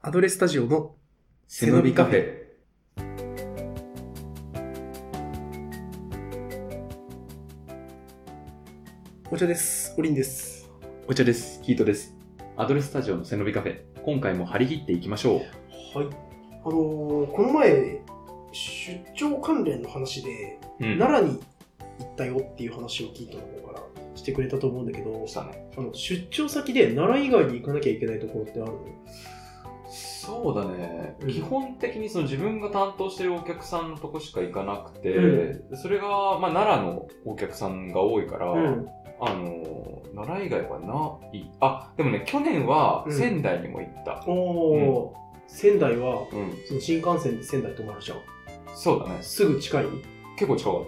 アドレスタジオの背伸びカフェ。 お茶です。おりんです。 お茶です。キートです。アドレスタジオの背伸びカフェ。今回も張り切っていきましょう。 はい。この前、出張関連の話で、奈良に行ったよっていう話をキートの方からしてくれたと思うんだけど、 したね。 出張先で奈良以外に行かなきゃいけないところってあるの？ そうだね、基本的にその自分が担当してるお客さんのとこしか行かなくて、それが、奈良のお客さんが多いから、奈良以外はない。あ、でもね、去年は仙台にも行った。 仙台は、その新幹線で仙台泊まるじゃん。 そうだね。 すぐ近い？ 結構近かった。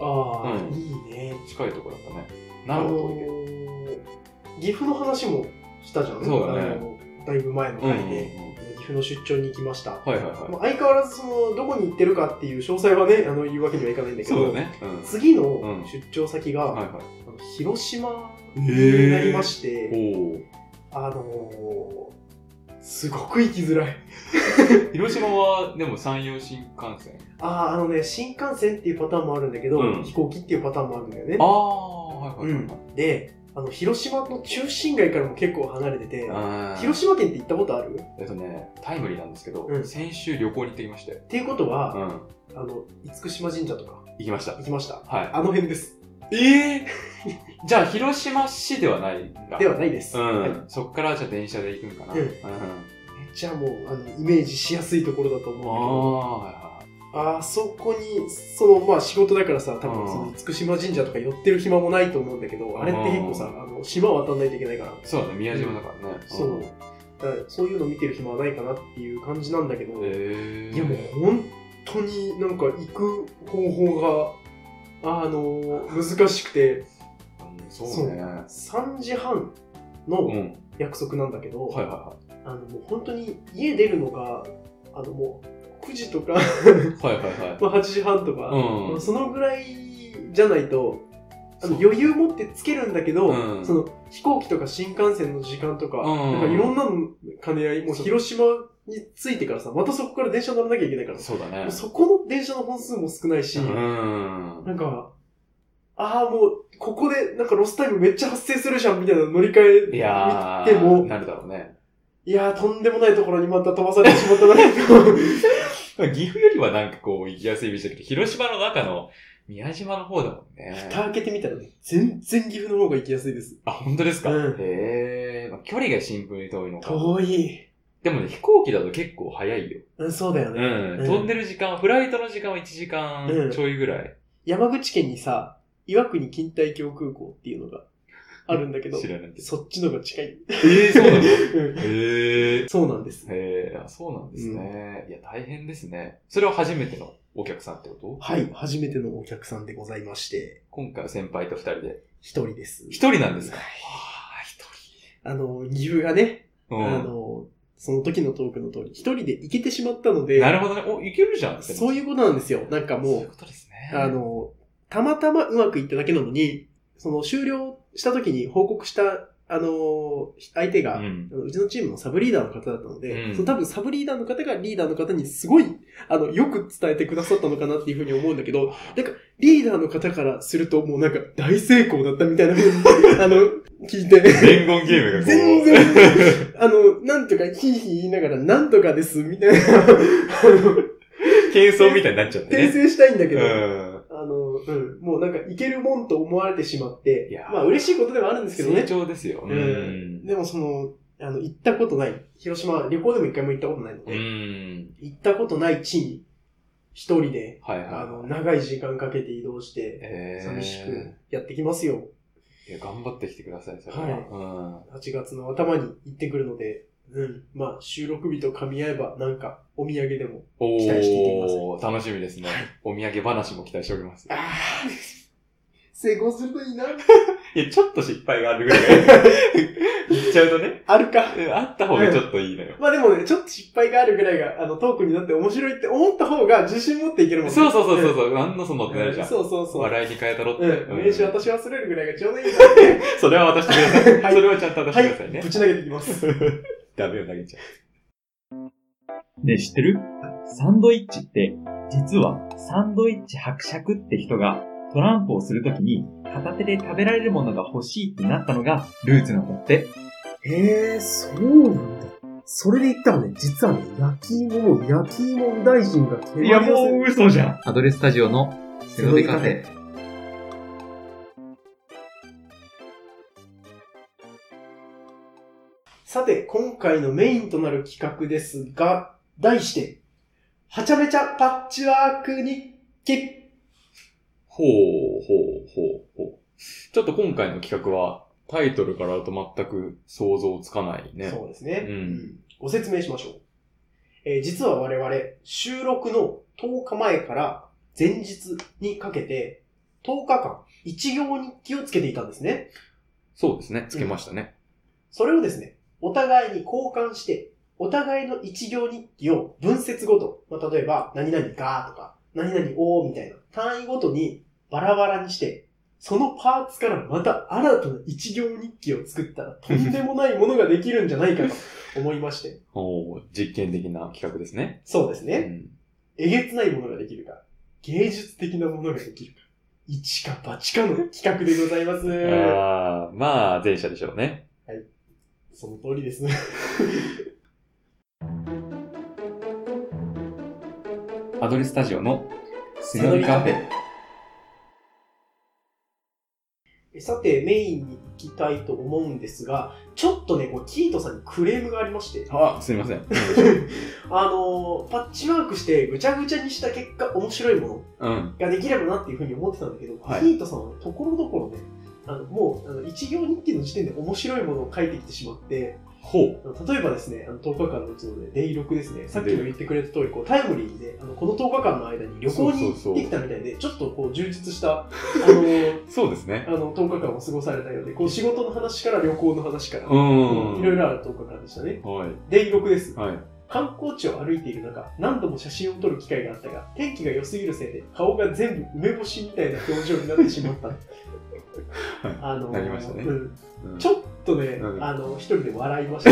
いいね。 近いところだったね。奈良は遠いけど。 岐阜の話もしたじゃん。 そうだね。 だいぶ前の回で。岐阜の出張に行きました。 相変わらずどこに行ってるかっていう詳細はね、言うわけにはいかないんだけど、 そうだね。 次の出張先が、広島になりまして、すごく行きづらい。 広島はでも山陽新幹線。 新幹線っていうパターンもあるんだけど、飛行機っていうパターンもあるんだよね。で、広島の中心街からも結構離れてて、広島県って行ったことある？ タイムリーなんですけど、先週旅行に行ってきましたよ。 っていうことは、厳島神社とか行きました。 はい。あの辺です。 じゃあ広島市ではないんだ。 ではないです。 そっからじゃあ電車で行くんかな。 じゃあもうイメージしやすいところだと思うんだけど。あそこに仕事だからさ、多分厳島神社とか寄ってる暇もないと思うんだけど、あれって結構さ、島渡んないといけないから。 そうだね、宮島だからね。 そういうの見てる暇はないかなっていう感じなんだけど、いやもう本当になんか行く方法が難しくて、 そうね。 3時半の約束なんだけど、もう本当に家出るのがもう9時とか8時半とか、そのぐらいじゃないと余裕持ってつけるんだけど、その飛行機とか新幹線の時間とか、なんかいろんなの兼ね合い、もう広島に着いてからさ、またそこから電車乗らなきゃいけないから、 そうだね。 そこの電車の本数も少ないし、なんか、もう、ここでなんかロスタイムめっちゃ発生するじゃんみたいな乗り換え見ても、 なるだろうね。 いやー、とんでもないところにまた飛ばされてしまったなと。 岐阜よりはなんかこう行きやすいイメージだけど、広島の中の宮島の方だもんね。 蓋開けてみたらね、全然岐阜の方が行きやすいです。 本当ですか？距離がシンプルに遠いのか。 遠い。 でもね、飛行機だと結構早いよ。 そうだよね。 飛んでる時間、フライトの時間は1時間ちょいぐらい。 山口県にさ、岩国錦帯橋空港っていうのがあるんだけど、 知らないけど。 そっちのが近い。 そうなの？ そうなんです。 そうなんですね。いや、大変ですね。それは初めてのお客さんってこと？ はい、初めてのお客さんでございまして。 今回は先輩と二人で。 一人です。 一人なんですか？ 一人。岐阜がね、その時のトークの通り、一人で行けてしまったので。 なるほどね。行けるじゃん。 そういうことなんですよ。なんかもう、 そういうことですね。 たまたまうまくいっただけなのに、終了した時に報告した、相手が、うちのチームのサブリーダーの方だったので、多分サブリーダーの方がリーダーの方にすごい、よく伝えてくださったのかなっていうふうに思うんだけど、なんか、リーダーの方からすると、もうなんか、大成功だったみたいなふうに、聞いて。 伝言ゲームがこう。 全然、なんとかヒーヒー言いながら、なんとかです、みたいな。 謙遜みたいになっちゃってね。 訂正したいんだけど、もうなんかいけるもんと思われてしまって、嬉しいことではあるんですけどね。 成長ですよ。 でも行ったことない、広島、旅行でも一回も行ったことないので、行ったことない地に一人で、長い時間かけて移動して、寂しくやってきますよ。 頑張ってきてください、それは。8月の頭に行ってくるので、収録日と噛み合えば、なんか、お土産でも期待していてください。 楽しみですね。お土産話も期待しております。 成功するといいな。 いや、ちょっと失敗があるぐらい。言っちゃうとね。 あるか。 あった方がちょっといいのよ。 でもね、ちょっと失敗があるぐらいが、トークになって面白いって思った方が自信持っていけるもんね。 そう。なんのそのってなるじゃん。 そう。 笑いに変えたろって。 名刺私忘れるぐらいがちょうどいいんだって。 それは渡してください。それはちゃんと渡してくださいね。 ぶち投げていきます。 ダメを投げちゃう。 ねえ、知ってる？サンドイッチって、実はサンドイッチ伯爵って人がトランプをするときに片手で食べられるものが欲しいってなったのがルーツなんだって。 へえ、そうなんだ。それで言ったらね、実はね、焼き芋大臣がいや、もう嘘じゃん。アドレスタジオのセロデカフェ。 さて、今回のメインとなる企画ですが、題して、はちゃめちゃパッチワーク日記。 ほう。ちょっと今回の企画は、タイトルからだと全く想像つかないね。 そうですね。ご説明しましょう。実は我々、収録の10日前から前日にかけて、10日間、一行日記をつけていたんですね。 そうですね。つけましたね。 それをですね、お互いに交換して、お互いの一行日記を分節ごと、例えば、何々がとか、何々おみたいな単位ごとにバラバラにして、そのパーツからまた新たな一行日記を作ったらとんでもないものができるんじゃないかと思いまして。 実験的な企画ですね。 そうですね。えげつないものができるか、芸術的なものができるか、一か八かの企画でございます。 まあ、前者でしょうね。 はい。その通りですね。 アドレスタジオのセロリカフェ。 さて、メインに行きたいと思うんですが、ちょっとね、キートさんにクレームがありまして。 すいません。 パッチワークしてぐちゃぐちゃにした結果、面白いものができればなっていうふうに思ってたんだけど、キートさんはところどころね、もう、一行日記の時点で面白いものを書いてきてしまって、例えばですね、10日間のうちのね、デイ6ですね、さっきも言ってくれた通り、タイムリーにね、この10日間の間に旅行に行ってきたみたいで、ちょっと充実した、 そうですね。 10日間を過ごされたようで、仕事の話から旅行の話から、いろいろある10日間でしたね。デイ6です。観光地を歩いている中、何度も写真を撮る機会があったが、天気が良すぎるせいで、顔が全部梅干しみたいな表情になってしまった。 なりましたね。 ちょっとね、一人で笑いました。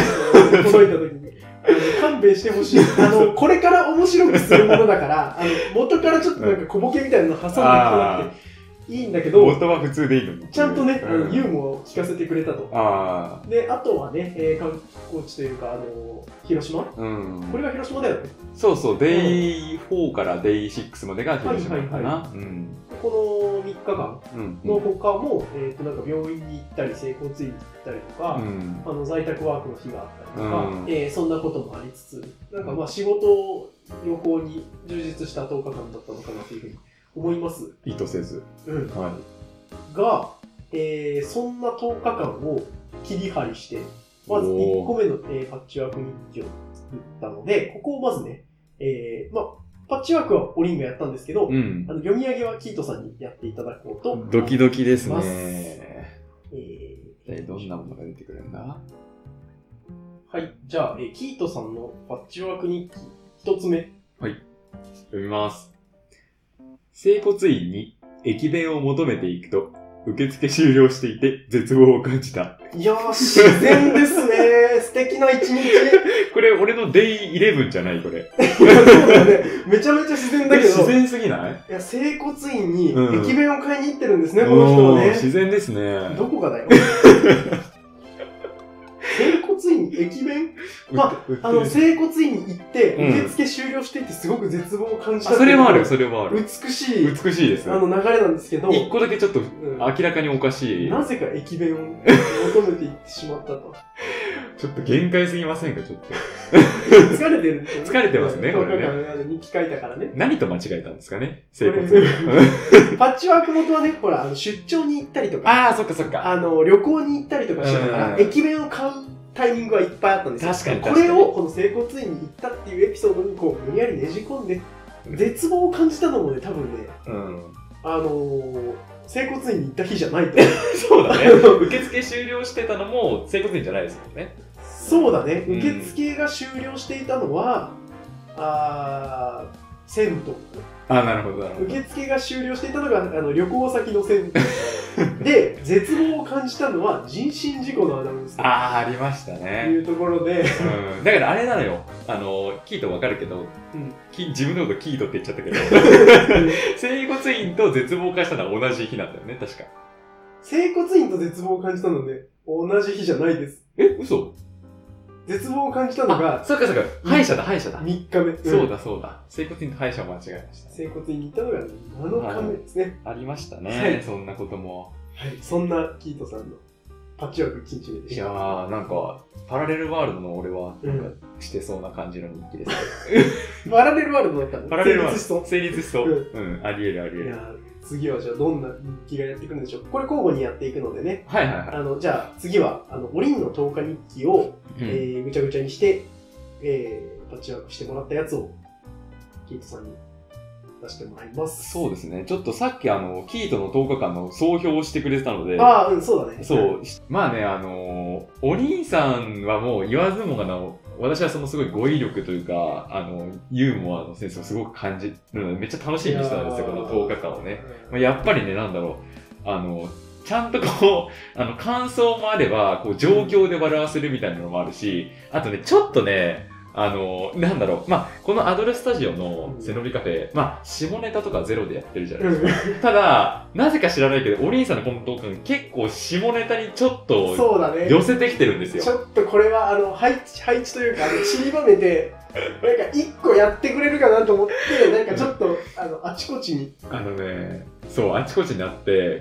届いた時に。勘弁してほしい。これから面白くするものだから、元からちょっとなんか小ボケみたいなの挟んでこなくていいんだけど、 元は普通でいいのに。 ちゃんとね、ユーモアを聞かせてくれたと。で、あとはね、観光地というか、広島、これが広島だよね。 そうそう、デイ4からデイ6までが広島かな。 この3日間の他も、なんか病院に行ったり、整骨院に行ったりとか、在宅ワークの日があったりとか、そんなこともありつつ、なんか仕事、旅行に充実した10日間だったのかなというふうに思います。 意図せず。 が、そんな10日間を切り張りして、まず1個目の、パッチワーク日記を作ったので、ここをまずね、パッチワークはオリンがやったんですけど、読み上げはキートさんにやっていただこうと。 ドキドキですね。どんなものが出てくるんだ？ はい。じゃあ、キートさんのパッチワーク日記1つ目。 はい。読みます。整骨院に駅弁を求めていくと、受付終了していて絶望を感じた。 いやー、自然ですね。素敵な一日。 これ、俺のデイ11じゃないこれ。 そうだよね。めちゃめちゃ自然だけど。 自然すぎない？ いや、整骨院に駅弁を買いに行ってるんですね、この人はね。 自然ですね。 どこかだよ。整骨院に駅弁？整骨院に行って、受付終了していてすごく絶望を感じた。 それもある、それもある。 美しいです。 流れなんですけど。 一個だけちょっと明らかにおかしい。 なぜか駅弁を求めていってしまったと。 ちょっと限界すぎませんか、ちょっと。 疲れてるんですよね。 疲れてますね、これね。 日記書いたからね。 何と間違えたんですかね、整骨。 パッチワーク元はね、ほら、出張に行ったりとか。 そっかそっか。 旅行に行ったりとかしてたから、駅弁を買うタイミングはいっぱいあったんですよ。 確かにこれをこの整骨院に行ったっていうエピソードに無理やりねじ込んで、絶望を感じたのもね、多分ね、整骨院に行った日じゃないと。 そうだね。受付終了してたのも整骨院じゃないですもんね。 そうだね。受付が終了していたのは、銭湯。 なるほど。 受付が終了していたのが旅行先の銭湯で、絶望を感じたのは人身事故のアナウンス。 ありましたね。 いうところで、 だからあれなのよ。 キートわかるけど、自分のことキートって言っちゃったけど、整骨院と絶望を感じたのは同じ日なんだよね、確か。 整骨院と絶望を感じたので、同じ日じゃないです。 嘘？ 絶望を感じたのが、 そうか。歯医者だ。 3日目。 そうだ。整骨院と歯医者を間違えました。 整骨院に行ったのが7日目ですね。 ありましたね、そんなことも。 はい、そんなキートさんのパッチワーク1日目でした。 いやー、なんか、パラレルワールドの俺は、なんか、してそうな感じの日記ですね。 パラレルワールドだったの？ パラレルワールド。成立しそう。あり得る。 いや次はじゃあどんな日記がやってくるんでしょう。これ交互にやっていくのでね。 はい。 じゃあ次は、おりんの10日日記を、ぐちゃぐちゃにして、パッチワークしてもらったやつを、キートさんに出してもらいます。 そうですね。ちょっとさっきキートの10日間の総評をしてくれてたので。 そうだね。 そう。まあね、お兄さんはもう言わずもがな、私はそのすごい語彙力というか、ユーモアのセンスをすごく感じるので、めっちゃ楽しみにしてたんですよ、この10日間をね。やっぱりね、なんだろう、ちゃんとこう、感想もあれば、こう、状況で笑わせるみたいなのもあるし、あとね、ちょっとね、なんだろう、このアドレスタジオの背伸びカフェ、下ネタとかゼロでやってるじゃないですか。ただ、なぜか知らないけど、お兄さんのこのトークン結構下ネタにちょっと寄せてきてるんですよ。 ちょっとこれは、配置というか、散りばめて、なんか一個やってくれるかなと思って、なんかちょっと、あちこちに。 そう、あちこちにあって、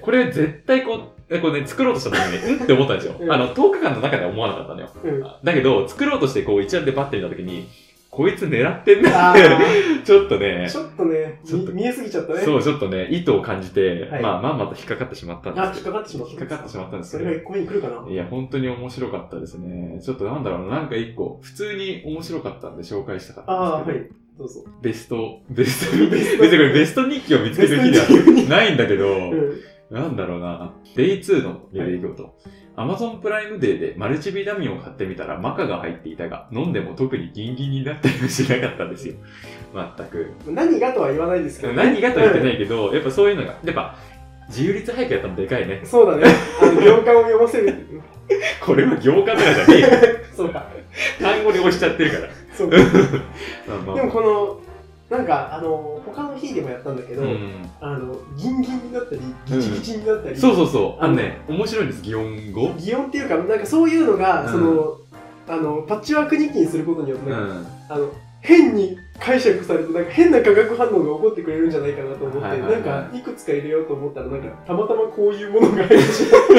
これ絶対これね、作ろうとした時にね、って思ったんですよ。10日間の中では思わなかったのよ。だけど、作ろうとしてこう一覧でバッて見た時に、こいつ狙ってんなって、ちょっとね、 見えすぎちゃったね。 そう、ちょっとね、意図を感じて、まんまと引っかかってしまったんです引っかかってしまったんですけど。それが1個目に来るかな？ いや、本当に面白かったですね。ちょっとなんだろう、なんか1個、普通に面白かったんで紹介したかったんですけど。 どうぞ。 ベスト別にこれベスト日記を見つける日ではないんだけど、なんだろうな。デイ2のレビューと、Amazon プライムデーでマルチビタミンを買ってみたらマカが入っていたが、飲んでも特にギンギンになったりもしなかったんですよ。全く。 何がとは言わないですけど、 ね。何がとは言ってないけど、やっぱそういうのが、やっぱ、自由律俳句やったのでかいね。 そうだね。行間を読ませる。 これは行間とかじゃねえよ。 そうか。 単語で押しちゃってるから。 そうか。でもこの、なんか、他の日でもやったんだけど、ギンギンになったり、ギチギチになったり。 そう。面白いんです、擬音語。 擬音っていうか、なんかそういうのが、パッチワーク日記にすることによって、変に解釈されて、なんか変な化学反応が起こってくれるんじゃないかなと思って、なんかいくつか入れようと思ったら、なんかたまたまこういうものが入ってしまって。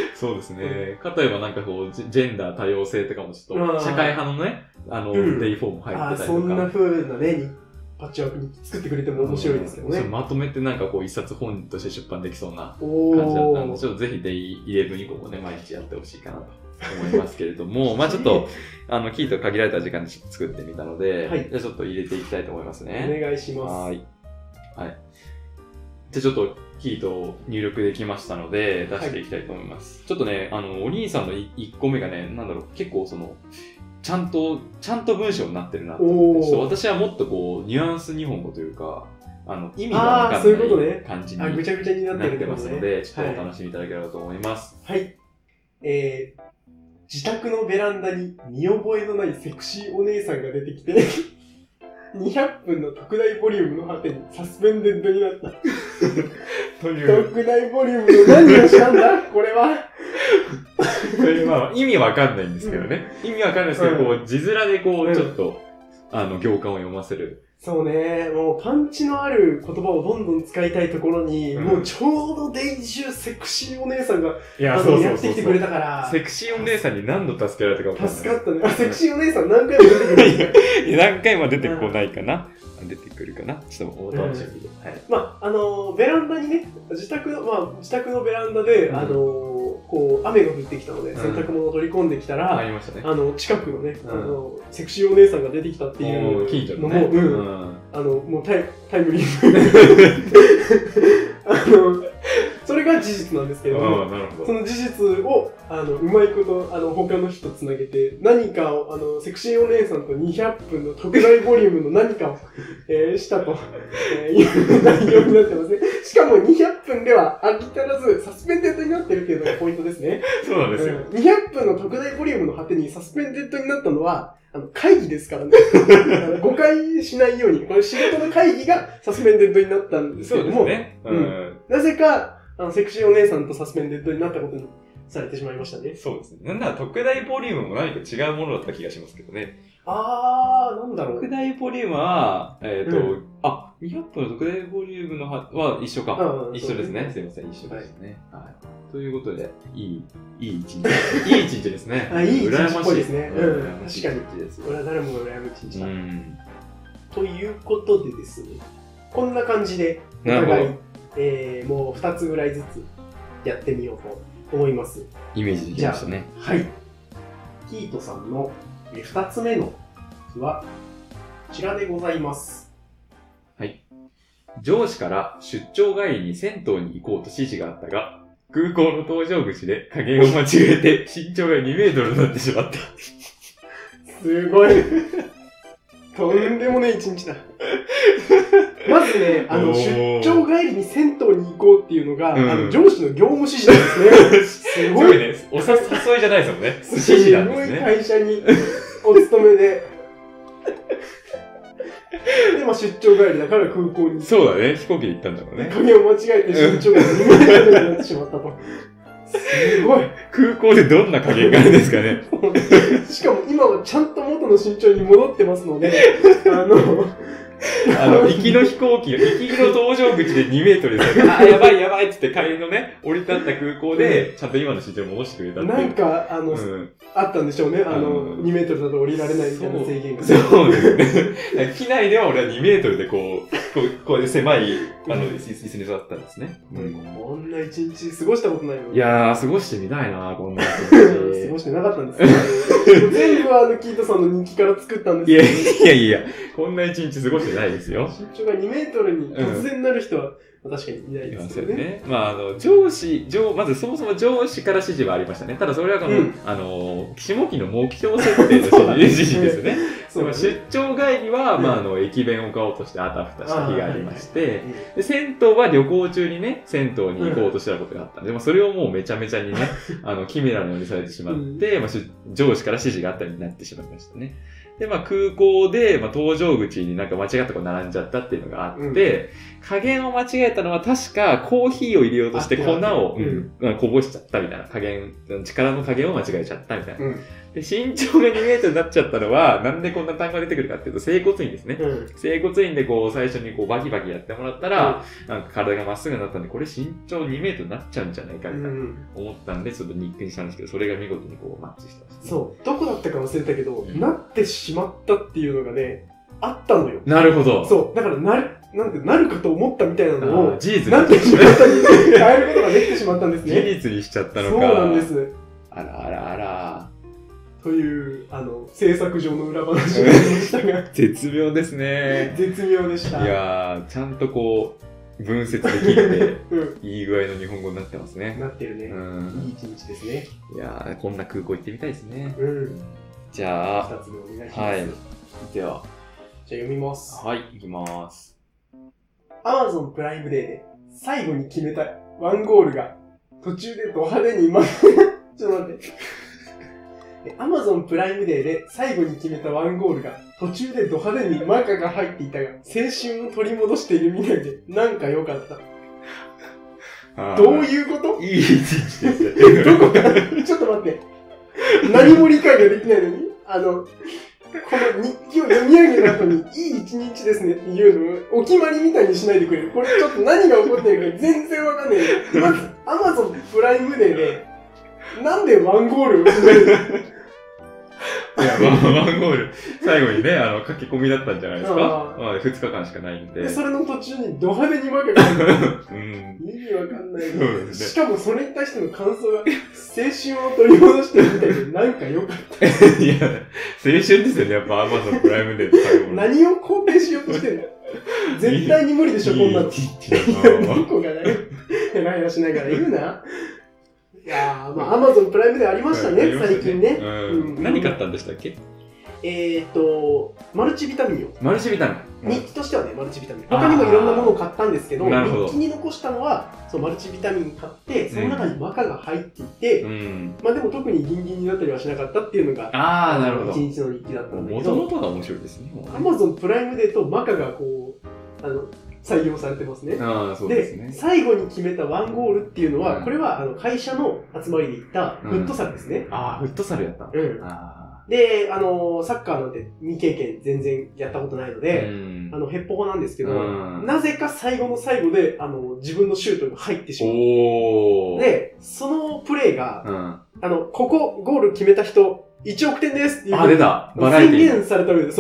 そうですね。例えばなんかこう、ジェンダー多様性とかもちょっと、社会派のね、デイフォーム入ってたりとか。 そんな風なね、パッチワークに作ってくれても面白いですけどね。 まとめてなんかこう一冊本として出版できそうな感じだったんで、ちょっとぜひデイ11以降もね、毎日やってほしいかなと思いますけれども、ちょっと、キート限られた時間で作ってみたので、じゃあちょっと入れていきたいと思いますね。 お願いします。 はい。じゃあちょっとキートを入力できましたので、出していきたいと思います。ちょっとね、お兄さんの1個目がね、なんだろう、結構ちゃんと文章になってるなと思って、私はもっとこう、ニュアンス日本語というか、意味がわかんない感じにぐちゃぐちゃになってますので、ちょっとお楽しみいただければと思います。 はい。自宅のベランダに見覚えのないセクシーお姉さんが出てきて、200分の特大ボリュームの果てにサスペンデッドになった。特大ボリュームの何をしたんだこれは。 これ意味わかんないんですけどね。意味わかんないですけど、こう、字面でこう、ちょっと、行間を読ませる。 そうね、もうパンチのある言葉をどんどん使いたいところに、もうちょうどデイ中セクシーお姉さんがやってきてくれたから。 セクシーお姉さんに何度助けられたか分かんない。 助かったね。セクシーお姉さん何回も出てくるんですか？何回も出てこないかな。出てくるかな。ちょっとお楽しみで。 ベランダにね、自宅のベランダで、こう雨が降ってきたので、洗濯物を取り込んできたら、近くのね、セクシーお姉さんが出てきたっていうのも、もうタイムリー。それがが事実なんですけど、その事実を、うまいこと、他の人つなげて、何かを、セクシーお姉さんと200分の特大ボリュームの何かを、したと、いう内容になってますね。しかも200分では飽き足らず、サスペンデッドになってるっていうのがポイントですね。 そうなんですよ。 200分の特大ボリュームの果てにサスペンデッドになったのは、会議ですからね。誤解しないように、これ仕事の会議がサスペンデッドになったんですけども、 そうですね。 なぜか、セクシーお姉さんとサスペンデッドになったことにされてしまいましたね。 そうですね。なんなら特大ボリュームも何か違うものだった気がしますけどね。 なんだろう。 特大ボリュームは、200分の特大ボリュームのは一緒か。一緒ですね。すいません、一緒ですね。はい。ということで、いい一日。いい一日ですね。 いい一日っぽいですね。 羨ましい。 確かに。これは誰もが羨む一日だ。ということでですね、こんな感じで、お互い、もう2つぐらいずつやってみようと思います。 イメージできましたね。 はい。キートさんの2つ目の図は、こちらでございます。 はい。上司から出張帰りに銭湯に行こうと指示があったが、空港の搭乗口で加減を間違えて身長が2メートルになってしまった。 すごい。とんでもねえ一日だ。まずね、出張帰りに銭湯に行こうっていうのが、上司の業務指示なんですね。すごいね。お誘いじゃないですもんね。指示なんですね。 すごい会社にお勤めで。で、出張帰りだから空港に。 そうだね。飛行機で行ったんだろうね。 加減を間違えて身長が2メートルになってしまったと。すごい。 空港でどんな加減があるんですかね。 しかも今はちゃんと元の身長に戻ってますので、 行きの飛行機、行きの搭乗口で2メートルですよ。やばいやばいって言って帰りのね、降り立った空港で、ちゃんと今の身長に戻してくれたっていう。 なんか、あったんでしょうね。2メートルだと降りられないみたいな制限が。 そうですね。機内では俺は2メートルでこういう狭い、椅子に座ったんですね。 こんな一日過ごしたことないの。 いやー、過ごしてみたいな、こんな一日。過ごしてなかったんですね。全部キートさんの人気から作ったんですけど。いや、こんな一日過ごしてないですよ。 身長が2メートルに突然なる人は、確かにいないですよね。 まずそもそも上司から指示はありましたね。ただそれは下期の目標設定の指示ですね。出張帰りは、駅弁を買おうとしてあたふたした日がありまして、で、銭湯は旅行中にね、銭湯に行こうとしたことがあったんで、それをもうめちゃめちゃにね、キメラのようにされてしまって、上司から指示があったようになってしまいましたね。で、空港で、搭乗口になんか間違ったとこ並んじゃったっていうのがあって、加減を間違えたのは確かコーヒーを入れようとして粉を、こぼしちゃったみたいな力の加減を間違えちゃったみたいな。で、身長が2メートルになっちゃったのは、なんでこんな単語が出てくるかっていうと、整骨院ですね。整骨院で最初にバキバキやってもらったら、なんか体がまっすぐになったんで、これ身長2メートルになっちゃうんじゃないかみたいな思ったんで、ちょっとニックにしたんですけど、それが見事にマッチしたんですね。 そう。どこだったか忘れたけど、なってしまったっていうのがね、あったのよ。 なるほど。 そう。だからなるかと思ったみたいなのを、 事実なってしまったに変えることができてしまったんですね。 事実にしちゃったのか。 そうなんです。 あら。という、制作上の裏話がありましたが。 絶妙ですね。 絶妙でした。 いやー、ちゃんと分析できて、いい具合の日本語になってますね。 なってるね。いい一日ですね。 いやー、こんな空港行ってみたいですね。じゃあ、2つ目お願いします。はい。 では。 じゃあ読みます。 はい、いきます。 Amazon プライムデーで最後に決めたワンゴールが途中でド派手にちょっと待って。Amazon プライムデーで最後に決めたワンゴールが途中でド派手にマカが入っていたが、青春を取り戻しているみたいで、なんか良かった。どういうこと？ いい一日ですね。どこかちょっと待って。何も理解ができないのに、この日記を読み上げた後に、いい一日ですねっていうのをお決まりみたいにしないでくれる。これちょっと何が起こってるか全然わかんない。まず、Amazon プライムデーで、なんでワンゴールを決めるの？ いや、ワンゴール、最後にね、書き込みだったんじゃないですか。2日間しかないんで。 で、それの途中にド派手にマカが入る。意味わかんない、ね。しかもそれに対しての感想が、青春を取り戻してるみたいで、なんか良かった。 いや、青春ですよね、やっぱ Amazon プライムデーって最後に。 何を肯定しようとしてるの？絶対に無理でしょ、こんなの。どこがだよ。 ラヘラしながら言うな。いやー、まあ、Amazon プライムでありましたね、最近ね。 何買ったんでしたっけ？ マルチビタミンを。 マルチビタミン。日記としてはね、マルチビタミン。他にもいろんなものを買ったんですけど、日記に残したのは、そう、マルチビタミン買って、その中にマカが入っていて、まあでも特にギンギンになったりはしなかったっていうのが、 なるほど。 一日の日記だったんだけど。 もともとが面白いですね。 Amazon プライムデーとマカがこう、採用されてますね。 そうですね。 で、最後に決めたワンゴールっていうのは、これは会社の集まりで行ったフットサルですね。 フットサルやった。 で、サッカーなんて未経験全然やったことないので、へっぽこなんですけど、なぜか最後の最後で、自分のシュートが入ってしまう。で、そのプレーが、ここゴール決めた人、1億点ですっていう。 出た。 宣言された上で、そう。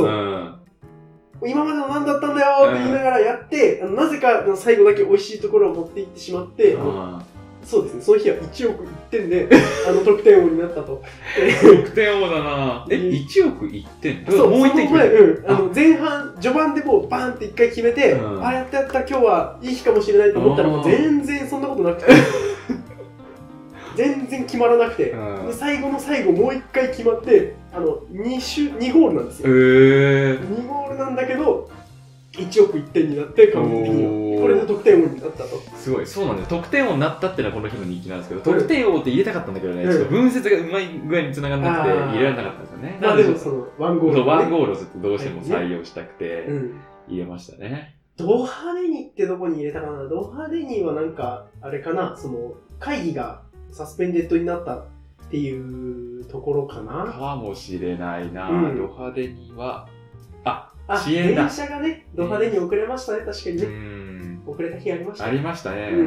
今までの何だったんだよって言いながらやって、なぜか最後だけ美味しいところを持っていってしまって、そうですね、その日は1億1点で、得点王になったと。 得点王だな1億1点そう、もう1点決めて、前半、序盤でもうバーンって1回決めて、やったやった、今日はいい日かもしれないと思ったら、もう全然そんなことなくて、全然決まらなくて、最後の最後もう1回決まって、2ゴールなんですよ。2ゴールなんだけど、1億1点になって、完璧に。これで得点王になったと。 すごい、そうなんです。得点王になったっていうのはこの日の日記なんですけど、得点王って入れたかったんだけどね、ちょっと分節がうまい具合に繋がんなくて、入れられなかったんですよね。 まあでもその、ワンゴール。 ワンゴールをずっとどうしても採用したくて、入れましたね。 ドハデニってどこに入れたかな？ドハデニはなんか、あれかな、その、会議がサスペンデッドになったっていうところかな？ かもしれないな。ドハデニは、 電車がね、ド派手に遅れましたね、確かにね。遅れた日ありましたね。 ありましたね。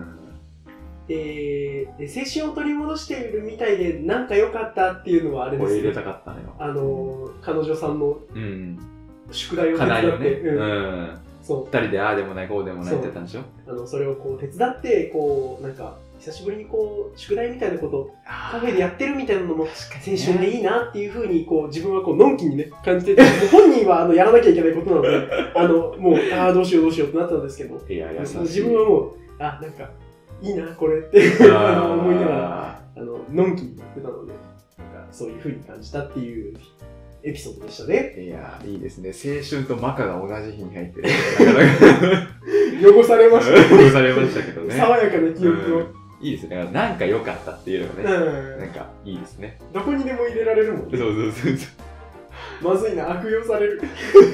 で、青春を取り戻しているみたいで、なんか良かったっていうのはあれですね。 入れたかったのよ。 彼女さんの宿題を手伝って、 そう。二人でああでもないこうでもないって言ったんでしょ？ それをこう手伝って、こう、なんか、久しぶりにこう、宿題みたいなことをカフェでやってるみたいなのも青春でいいなっていうふうに、こう、自分はこう、のんきにね、感じてて、本人はやらなきゃいけないことなので、もう、どうしようってなったんですけど、自分はもう、なんか、いいな、これって思いながら、のんきにやってたので、なんか、そういうふうに感じたっていうエピソードでしたね。 いやー、いいですね。青春とマカが同じ日に入ってる。 汚されました。 汚されましたけどね。 爽やかな記憶を。 いいですね。なんか良かったっていうのがね、なんかいいですね。 どこにでも入れられるもんね。 そう。 まずいな、悪用される。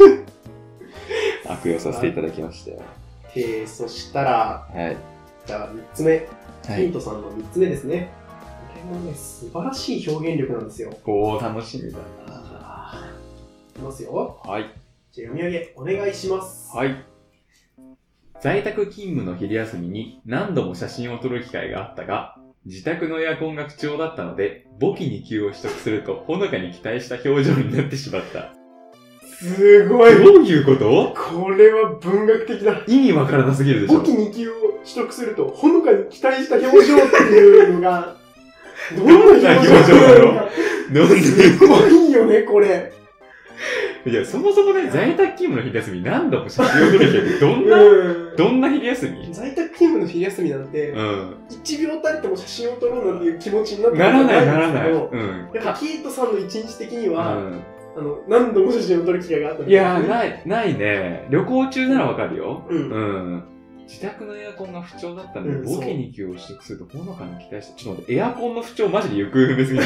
悪用させていただきましたよ。 そしたら、じゃあ3つ目。ヒントさんの3つ目ですね。これもね、素晴らしい表現力なんですよ。 楽しみだな。 いきますよ。 はい。 じゃあ読み上げ、お願いします。 はい。在宅勤務の昼休みに何度も写真を撮る機会があったが、自宅のエアコンが不調だったので、簿記2級を取得するとほのかに期待した表情になってしまった。 すごい。 どういうこと？ これは文学的だ。 意味わからなすぎるでしょ。 簿記2級を取得するとほのかに期待した表情っていうのが、どんな表情なの？すごいよね、これ。 いや、そもそもね、在宅勤務の昼休み何度も写真を撮る人ってどんな昼休み？ 在宅勤務の昼休みなんて、1秒たりとも写真を撮ろうなんていう気持ちになってならない。 やっぱキートさんの一日的には、何度も写真を撮る機会があったんですよね。いや、ないね。旅行中ならわかるよ。自宅のエアコンが不調だったので、簿記2級を取得するとほのかに期待して、ちょっと待って、エアコンの不調マジで行方不明すぎない。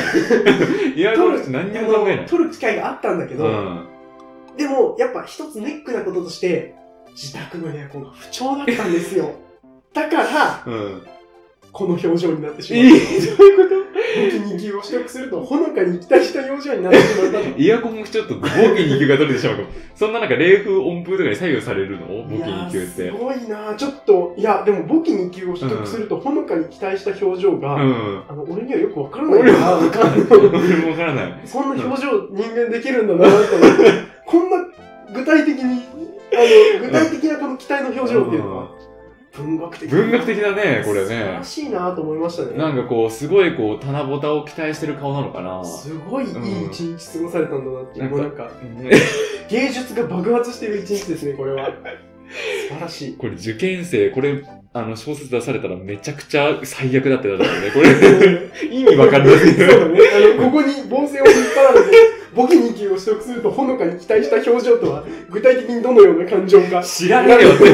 エアコンの不調何にも考えない。 撮る機会があったんだけど、でも、やっぱ一つネックなこととして、自宅のエアコンが不調だったんですよ。だから、この表情になってしまった。 どういうこと？ 簿記2級を取得すると、ほのかに期待した表情になってしまったと。 エアコンもちょっと簿記2級が取れてしまうかも。そんななんか冷風温風とかに左右されるの？簿記2級って。 すごいなちょっと、いや、でも簿記2級を取得すると、ほのかに期待した表情が、俺にはよくわからないから。 俺もわからない。 そんな表情人間できるんだなと思って、こんな具体的に、具体的なこの期待の表情っていうのは、文学的だね、これね。 素晴らしいなと思いましたね。 なんかこう、すごいこう、棚ぼたを期待してる顔なのかな。 すごいいい一日過ごされたんだなっていう。もうなんか、芸術が爆発してる一日ですね、これは。素晴らしい。 これ受験生、これ、 小説出されたらめちゃくちゃ最悪だってなったよね。これ、意味わかんない。 そうだね。ここに凡線を引っ張られて、簿記2級を取得するとほのかに期待した表情とは、具体的にどのような感情か。 知らねえよって。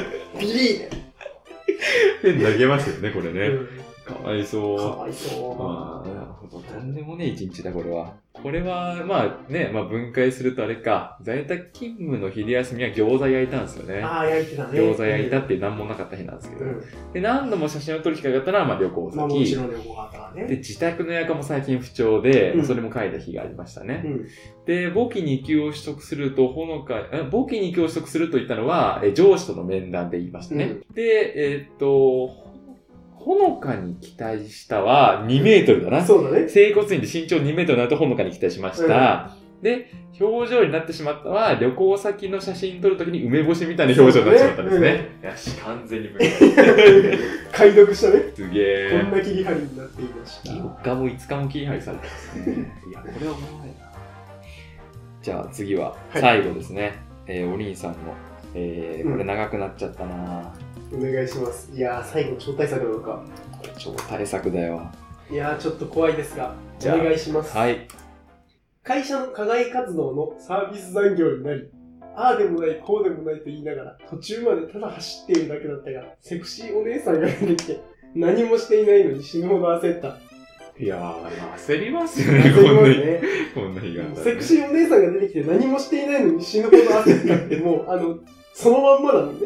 ビリーペン投げますよね、これね。かわいそう。 かわいそう。 なるほど。とんでもねえ一日だ、これは。これは、まあね、分解するとあれか、在宅勤務の昼休みは餃子焼いたんですよね。 焼いてたね。 餃子焼いたって何もなかった日なんですけど。で、何度も写真を撮る機会があったら、旅行先。 もちろん旅行があったからね。 で、自宅の夜間も最近不調で、それも書いた日がありましたね。で、簿記2級を取得すると、簿記2級を取得すると言ったのは、上司との面談で言いましたね。で、ほのかに期待したは2メートルだな。 そうだね。 整骨院で身長2メートルになるとほのかに期待しました。で、表情になってしまったは、旅行先の写真撮るときに梅干しみたいな表情になってしまったんですね。よし、完全に無理。 解読したね。 すげえ。 こんな切り張りになっていました。 4日も5日も切り張りされてますね。いや、これはおもろいな。じゃあ次は、最後ですね。お兄さんの、これ長くなっちゃったな。 お願いします。いやー、最後超大作なのか。 これ超大作だよ。 いやー、ちょっと怖いですが、お願いします。 はい。 会社の課外活動のサービス残業になり、ああでもない、こうでもないと言いながら、途中までただ走っているだけだったが、セクシーお姉さんが出てきて、何もしていないのに死ぬほど焦った。 いやー、焦りますよね、 焦りますね。 こんな日があったら、ね。 セクシーお姉さんが出てきて何もしていないのに死ぬほど焦ったって、もう、そのまんまだもんね。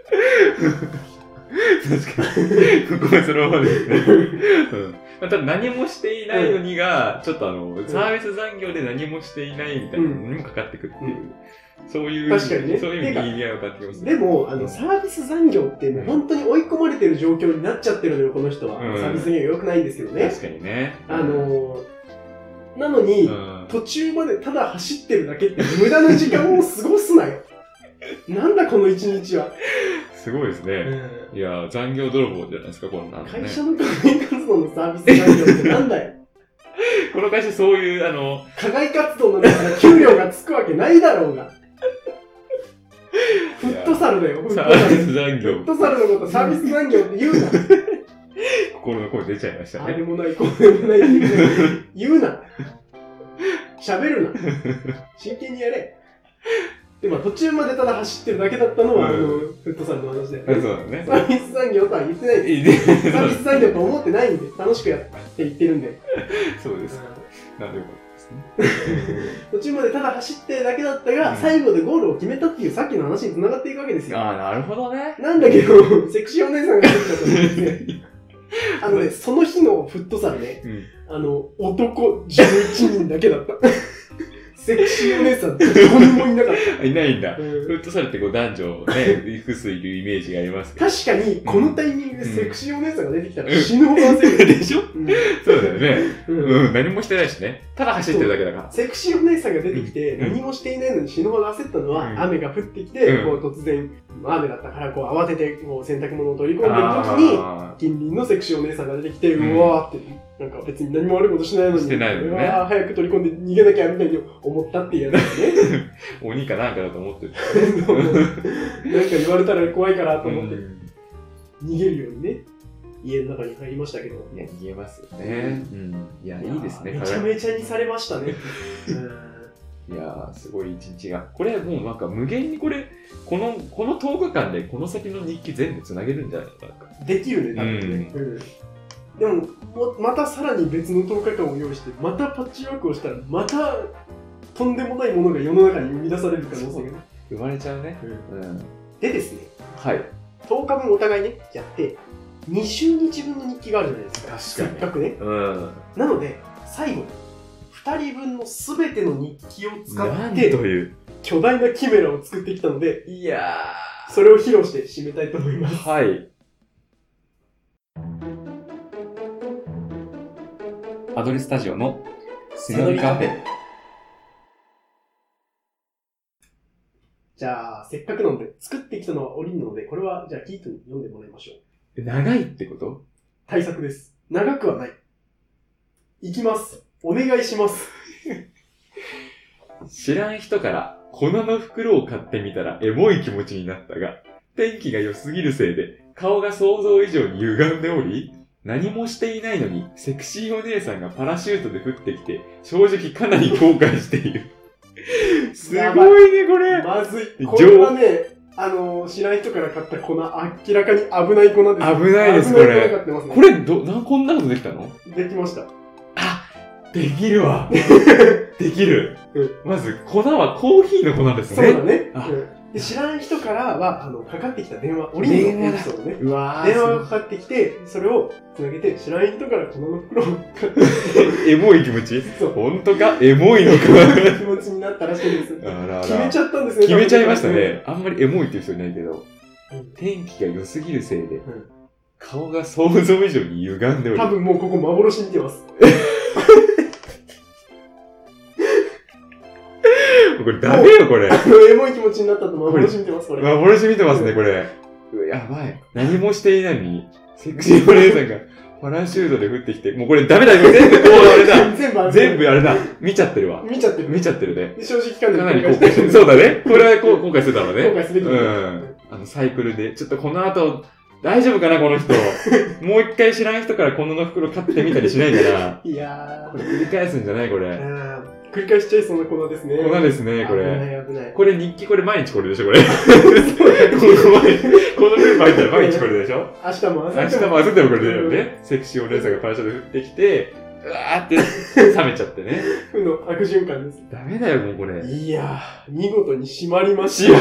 確かに。ここはそのままですね。ただ何もしていないのにが、ちょっとサービス残業で何もしていないみたいなのにもかかってくっていう。そういう、 確かにね。 そういう意味が分かってきますね。でも、サービス残業ってもう本当に追い込まれてる状況になっちゃってるのよ、この人は。サービス残業良くないんですけどね。 確かにね。 なのに、途中までただ走ってるだけって無駄な時間を過ごすなよ。なんだこの一日は。 すごいですね。いや、残業泥棒じゃないですか、こんなの、ね。 会社の課外活動のサービス残業ってなんだよ。 この会社そういう、 課外活動なんだから給料がつくわけないだろうが。フットサルだよ、 サービス残業。 フットサルのことサービス残業って言うな。 心の声出ちゃいましたね。 あれもない、これもないって言うな。喋るな。真剣にやれ。でも途中までただ走ってるだけだったのは、フットサルの話で。 そうだね。 サービス残業とは言ってないです。サービス残業と思ってないんで、楽しくやって言ってるんで。 そうです。なるほどですね。 途中までただ走ってるだけだったが、最後でゴールを決めたっていうさっきの話に繋がっていくわけですよ。 ああ、なるほどね。 なんだけど、セクシーお姉さんが出てきたと思うんですね。その日のフットサルね、男11人だけだった。セクシーお姉さんってどこにもいなかった。 いないんだ。フットサルって男女ね、複数いるイメージがありますけど。 確かに、このタイミングでセクシーお姉さんが出てきたら死ぬほど焦る。 でしょそうだよね。何もしてないしね。ただ走ってるだけだから。 セクシーお姉さんが出てきて、何もしていないのに死ぬほど焦ったのは、雨が降ってきて、突然、雨だったから慌てて洗濯物を取り込んでる時に、近隣のセクシーお姉さんが出てきて、うわーって、なんか別に何も悪いことしないのに、 してないのね。 早く取り込んで逃げなきゃみたいに思ったっていうやつですね。 鬼かなんかだと思ってる。 なんか言われたら怖いからと思って、逃げるようにね、家の中に入りましたけど。 いや、逃げますよね。いや、いいですね。 めちゃめちゃにされましたね。 いやー、すごい一日が。これもうなんか無限にこの10日間でこの先の日記全部つなげるんじゃないかな。 できるね、多分ね。でも、またさらに別の10日間を用意して、またパッチワークをしたら、またとんでもないものが世の中に生み出される可能性が生まれちゃうね。 でですね、 はい。 10日分お互いね、やって、20日分の日記があるじゃないですか。せっかくね。なので、最後に、2人分の全ての日記を使って、巨大なキメラを作ってきたので、 いやー、それを披露して締めたいと思います。 はい。アドリスタジオのスノリカフェ。 じゃあ、せっかくなので、作ってきたのはオリンなので、これは、じゃあ、キートに読んでもらいましょう。長いってこと？ 対策です。長くはない。いきます。お願いします。 知らん人から、粉の袋を買ってみたらエモい気持ちになったが、天気が良すぎるせいで、 顔が想像以上に歪んでおり、何もしていないのに、セクシーお姉さんがパラシュートで降ってきて、正直かなり後悔している。すごいね、これ。 まずい。これはね、知らない人から買った粉、明らかに危ない粉です。 危ないです、これ。これ、こんなことできたの？ できました。 あ、できるわ。できる。まず、粉はコーヒーの粉ですね。 そうだね。で知らん人からは、かかってきた電話、オリンのエピソードね。電話がかかってきて、それをつなげて、知らん人から粉の袋を買って。 エモい気持ち？ほんとか？エモいのか？ 気持ちになったらしいんです。決めちゃったんですね。 決めちゃいましたね。あんまりエモいっていう人いないけど、天気が良すぎるせいで、顔が想像以上に歪んでおる。 多分もうここ幻見てます。 これダメよ、これ。 エモい気持ちになったと幻見てます、これ。 幻見てますね、これ。やばい。何もしていないのに、セクシーお姉さんがパラシュートで降ってきて、もうこれダメだよ、全部こうあれだ。全部あれだ。見ちゃってるわ。 見ちゃってるね。 で正直かなり後悔してる。そうだね。これは後悔するだろうね。 後悔すべきだ。 サイクルで、ちょっとこの後、大丈夫かな、この人。もう一回知らん人から粉の袋買ってみたりしないから。 いやー。 これ繰り返すんじゃないこれ。 繰り返しちゃいそうな粉ですね。 粉ですね、これ。 危ない。 これ日記、これ毎日これでしょ、これ。このループ入ったら毎日これでしょ。 明日も明後日もこれだよね。セクシーお姉さんがパラシュートで降ってきて、うわーって冷めちゃってね。 負の悪循環です。 ダメだよ、もうこれ。 いやー、見事に締まりました。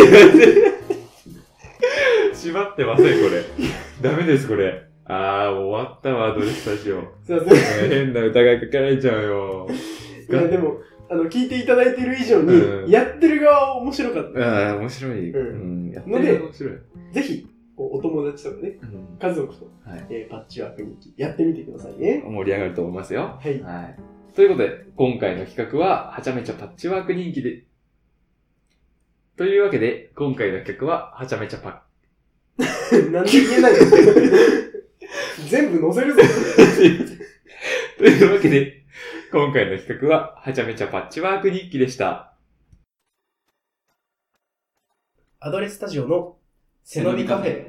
縛ってません、これ。ダメです、これ。終わったわ、アドレスタジオ。 すいません。 変な疑いかけられちゃうよ。 いや、でも、聞いていただいている以上に、やってる側は面白かった。 面白い。 やってる側面白い。ぜひ、お友達とかね、家族と、パッチワーク日記、やってみてくださいね。 盛り上がると思いますよ。 はい。 ということで、今回の企画は、はちゃめちゃパッチワーク人気で、というわけで、今回の企画は、はちゃめちゃパッなんで言えないの全部載せるぞ。 というわけで、今回の企画は、はちゃめちゃパッチワーク日記でした。 アドレスタジオの背伸びカフェ。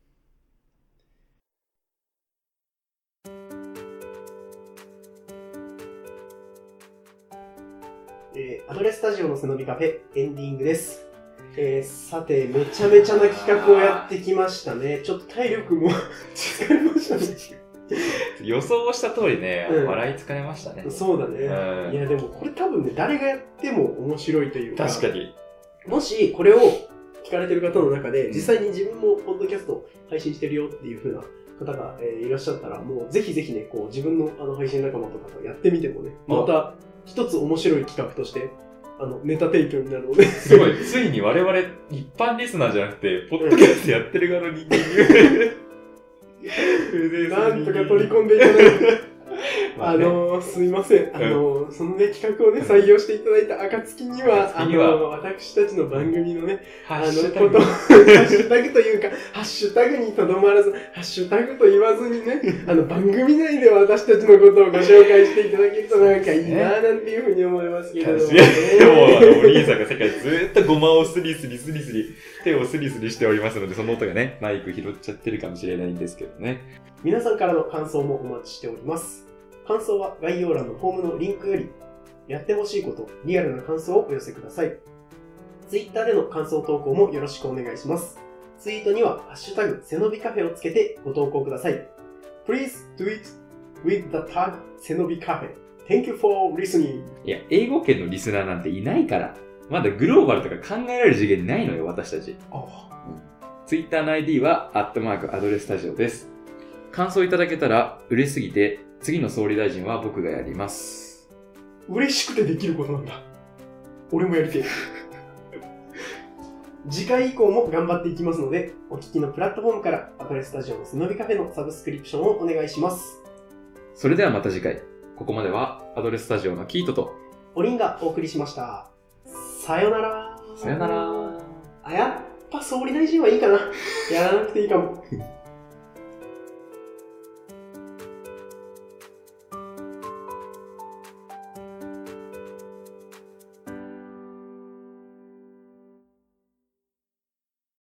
アドレスタジオの背伸びカフェエンディングです。さて、めちゃめちゃな企画をやってきましたね。ちょっと体力も疲れましたね。 予想した通りね、笑い疲れましたね。 そうだね。いや、でもこれ多分ね、誰がやっても面白いというか。 確かに。 もし、これを聞かれてる方の中で、実際に自分もポッドキャスト配信してるよっていう風な方がいらっしゃったら、もうぜひぜひね、こう自分の配信仲間とかとやってみてもね、また一つ面白い企画として、ネタ提供になるので。 すごい、ついに我々一般リスナーじゃなくて、ポッドキャストやってる側の人間になんとか取り込んでいただいて。すいません。そのね、企画をね、採用していただいた暁には、私たちの番組のね、ハッシュタグというか、ハッシュタグにとどまらず、ハッシュタグと言わずにね、番組内で私たちのことをご紹介していただけるとなんかいいなぁなんていうふうに思いますけれども。 でも、お兄さんが世界ずっとゴマをスリスリ、手をスリスリしておりますので、その音がね、マイク拾っちゃってるかもしれないんですけどね。 皆さんからの感想もお待ちしております。感想は概要欄のフォームのリンクより、やってほしいこと、リアルな感想をお寄せください。Twitter での感想投稿もよろしくお願いします。ツイートには、ハッシュタグ、背伸びカフェをつけてご投稿ください。Please tweet with the tag 背伸びカフェ。Thank you for listening. いや、英語圏のリスナーなんていないから、まだグローバルとか考えられる次元ないのよ、私たち。Twitter の ID は、アドレスタジオです。感想いただけたら嬉しすぎて、次の総理大臣は僕がやります。 嬉しくてできることなんだ。俺もやりてえ。次回以降も頑張っていきますので、お聞きのプラットフォームからアドレスタジオの背伸びカフェのサブスクリプションをお願いします。 それではまた次回。ここまではアドレスタジオのキートとおりんがお送りしました。さよなら。 さよなら。 やっぱ総理大臣はいいかな。やらなくていいかも。